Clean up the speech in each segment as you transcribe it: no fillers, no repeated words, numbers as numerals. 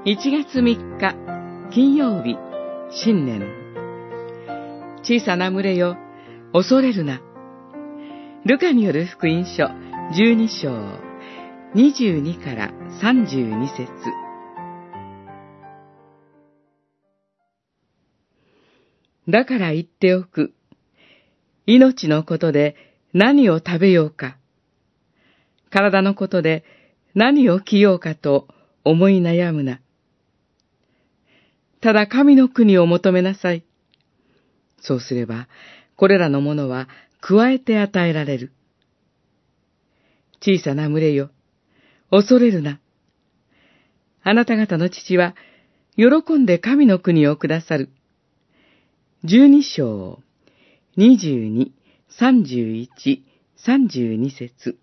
1月3日金曜日、新年。小さな群れよ、恐れるな。ルカによる福音書12章22から32節。だから言っておく。命のことで何を食べようか。体のことで何を着ようかと思い悩むな。ただ神の国を求めなさい。そうすれば、これらのものは加えて与えられる。小さな群れよ、恐れるな。あなた方の父は、喜んで神の国をくださる。12章、22、31、32節。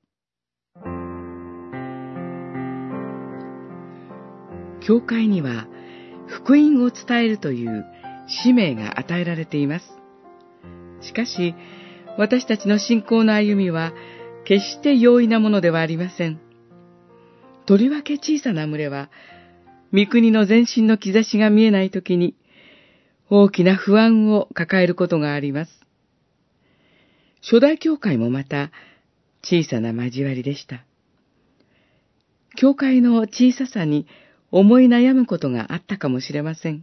教会には、福音を伝えるという使命が与えられています。しかし、私たちの信仰の歩みは、決して容易なものではありません。とりわけ小さな群れは、御国の前進の兆しが見えないときに、大きな不安を抱えることがあります。初代教会もまた、小さな交わりでした。教会の小ささに思い悩むことがあったかもしれません。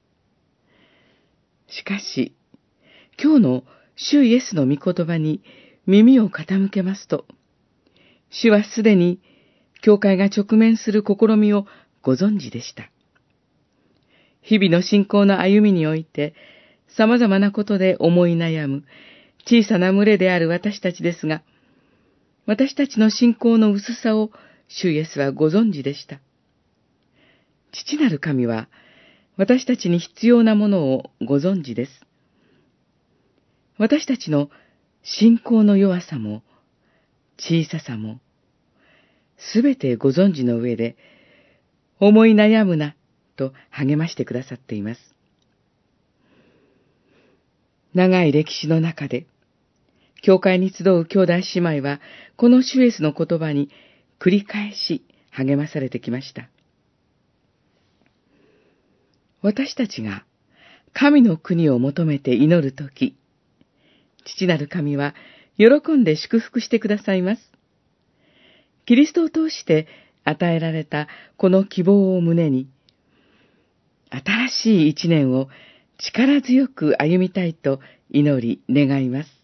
しかし、今日の主イエスの御言葉に耳を傾けますと、主はすでに教会が直面する試みをご存知でした。日々の信仰の歩みにおいて、様々なことで思い悩む小さな群れである私たちですが、私たちの信仰の薄さを主イエスはご存知でした。父なる神は、私たちに必要なものをご存知です。私たちの信仰の弱さも、小ささも、すべてご存知の上で、思い悩むな、と励ましてくださっています。長い歴史の中で、教会に集う兄弟姉妹は、この主イエスの言葉に繰り返し励まされてきました。私たちが神の国を求めて祈るとき、父なる神は喜んで祝福してくださいます。キリストを通して与えられたこの希望を胸に、新しい一年を力強く歩みたいと祈り願います。